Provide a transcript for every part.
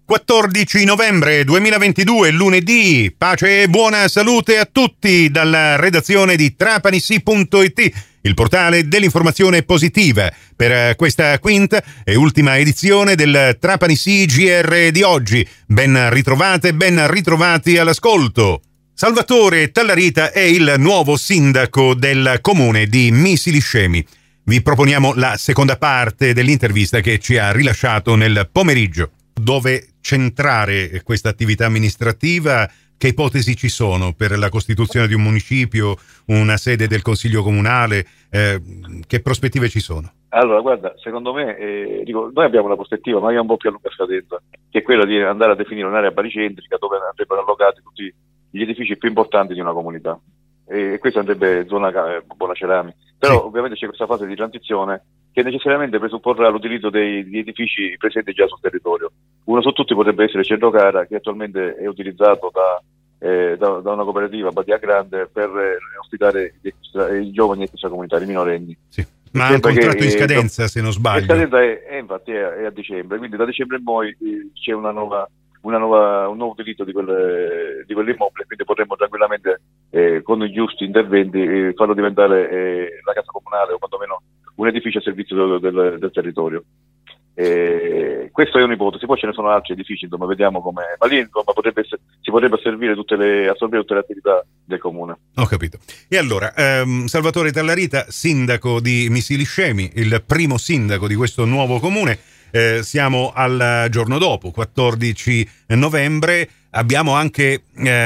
14 novembre 2022, lunedì. Pace e buona salute a tutti dalla redazione di trapanisi.it, il portale dell'informazione positiva, per questa quinta e ultima edizione del Trapanisi GR di oggi. Ben ritrovate, ben ritrovati all'ascolto. Salvatore Tallarita è il nuovo sindaco del comune di Misiliscemi. Vi proponiamo la seconda parte dell'intervista che ci ha rilasciato nel pomeriggio. Dove centrare questa attività amministrativa? Che ipotesi ci sono per la costituzione di un municipio, una sede del Consiglio Comunale? Che prospettive ci sono? Allora, guarda, secondo me, noi abbiamo una prospettiva, ma è un po' più a lunga scadenza, che è quella di andare a definire un'area baricentrica dove andrebbero allocati tutti gli edifici più importanti di una comunità. E questo andrebbe zona Buonacerami. Però sì, ovviamente c'è questa fase di transizione che necessariamente presupporrà l'utilizzo di edifici presenti già sul territorio. Uno su tutti potrebbe essere Centrocara, che attualmente è utilizzato da una cooperativa, Badia Grande, per ospitare i giovani extracomunitari, i minorenni. Sì. Ma ha un contratto in scadenza, se non sbaglio. La scadenza infatti è a dicembre, quindi da dicembre in poi c'è un nuovo utilizzo di quell'immobile, quindi potremmo tranquillamente con i giusti interventi farlo diventare la casa comunale o quantomeno un edificio a servizio del territorio. Questa è un'ipotesi, poi ce ne sono altri edifici, insomma, vediamo come, ma lì insomma, si potrebbe assorbire tutte le attività del comune. Ho capito. E allora, Salvatore Tallarita, sindaco di Misiliscemi, il primo sindaco di questo nuovo comune. Siamo al giorno dopo, 14 novembre, abbiamo anche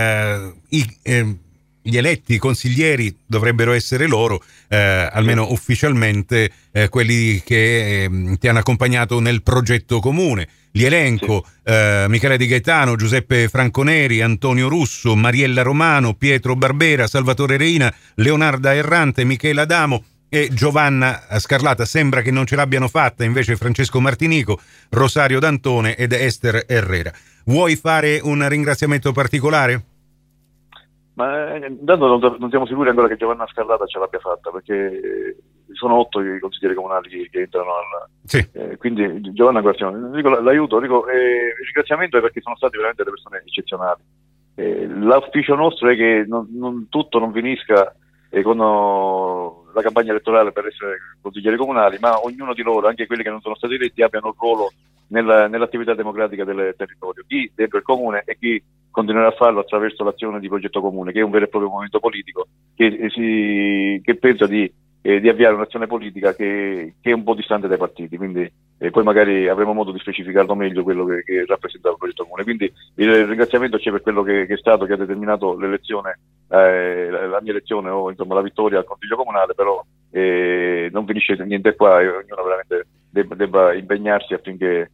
gli eletti, i consiglieri, dovrebbero essere loro, almeno ufficialmente, quelli che ti hanno accompagnato nel progetto comune. Li elenco: Michele Di Gaetano, Giuseppe Franconeri, Antonio Russo, Mariella Romano, Pietro Barbera, Salvatore Reina, Leonarda Errante, Michela Adamo e Giovanna Scarlata. Sembra che non ce l'abbiano fatta invece Francesco Martinico, Rosario D'Antone ed Esther Herrera. Vuoi fare un ringraziamento particolare? Ma intanto non siamo sicuri ancora che Giovanna Scarlata ce l'abbia fatta, perché sono 8 i consiglieri comunali che entrano sì. Quindi Giovanna, l'aiuto, il ringraziamento è perché sono stati veramente delle persone eccezionali. L'auspicio nostro è che tutto non finisca con la campagna elettorale per essere consiglieri comunali, ma ognuno di loro, anche quelli che non sono stati eletti, abbiano un ruolo nell'attività democratica del territorio, chi dentro il comune e chi continuerà a farlo attraverso l'azione di progetto comune, che è un vero e proprio movimento politico che pensa di avviare un'azione politica che è un po' distante dai partiti, quindi poi magari avremo modo di specificarlo meglio quello che rappresenta il progetto comune. Quindi il ringraziamento c'è per quello che è stato, che ha determinato l'elezione, la mia elezione o insomma la vittoria al Consiglio Comunale, però non finisce niente qua e ognuno veramente debba impegnarsi affinché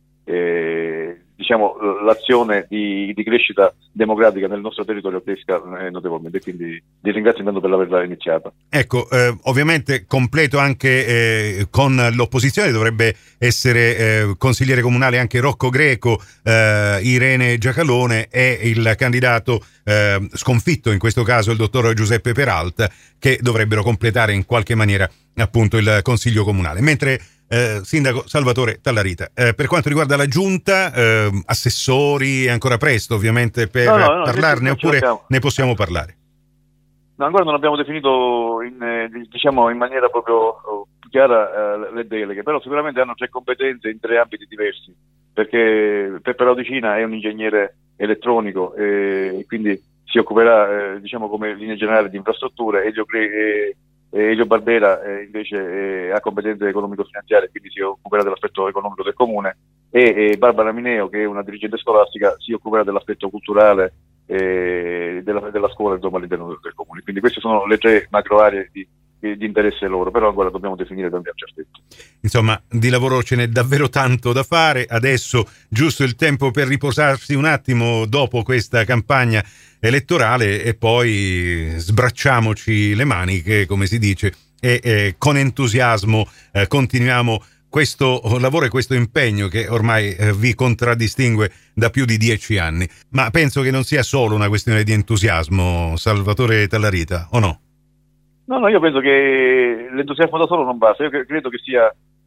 l'azione di crescita democratica nel nostro territorio cresca notevolmente, quindi vi ringrazio intanto per averla iniziata. Ecco, ovviamente completo anche con l'opposizione, dovrebbe essere consigliere comunale anche Rocco Greco, Irene Giacalone e il candidato sconfitto, in questo caso il dottor Giuseppe Peralta, che dovrebbero completare in qualche maniera appunto il consiglio comunale. Mentre Sindaco Salvatore Tallarita, per quanto riguarda la giunta, assessori, è ancora presto ovviamente per parlarne, oppure ne possiamo parlare? No, ancora non abbiamo definito in maniera proprio chiara le deleghe, però sicuramente hanno 3 competenze in 3 ambiti diversi, perché Peppe Laudicina è un ingegnere elettronico e quindi si occuperà come linea generale di infrastrutture, Elio Barbera invece ha competenze economico-finanziarie, quindi si occuperà dell'aspetto economico del comune, e Barbara Mineo, che è una dirigente scolastica, si occuperà dell'aspetto culturale della scuola, insomma, all'interno del comune. Quindi queste sono le 3 macro aree di interesse loro, però ancora dobbiamo definire tante certezze. Insomma, di lavoro ce n'è davvero tanto da fare. Adesso giusto il tempo per riposarsi un attimo dopo questa campagna elettorale e poi sbracciamoci le maniche, come si dice, e con entusiasmo continuiamo questo lavoro e questo impegno che ormai vi contraddistingue da più di 10 anni. Ma penso che non sia solo una questione di entusiasmo, Salvatore Tallarita, o no? No, io penso che l'entusiasmo da solo non basta. Io credo che sia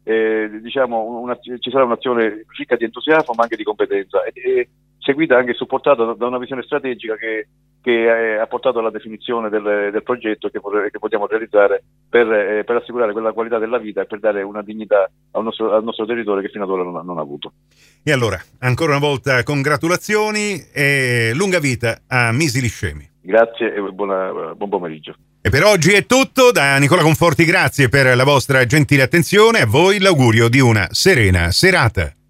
ci sarà un'azione ricca di entusiasmo ma anche di competenza e seguita anche e supportata da una visione strategica che ha portato alla definizione del progetto che vogliamo realizzare per assicurare quella qualità della vita e per dare una dignità al nostro territorio che fino ad ora non ha avuto. E allora, ancora una volta congratulazioni e lunga vita a Misi Scemi. Grazie e buon pomeriggio. E per oggi è tutto. Da Nicola Conforti grazie per la vostra gentile attenzione. A voi l'augurio di una serena serata.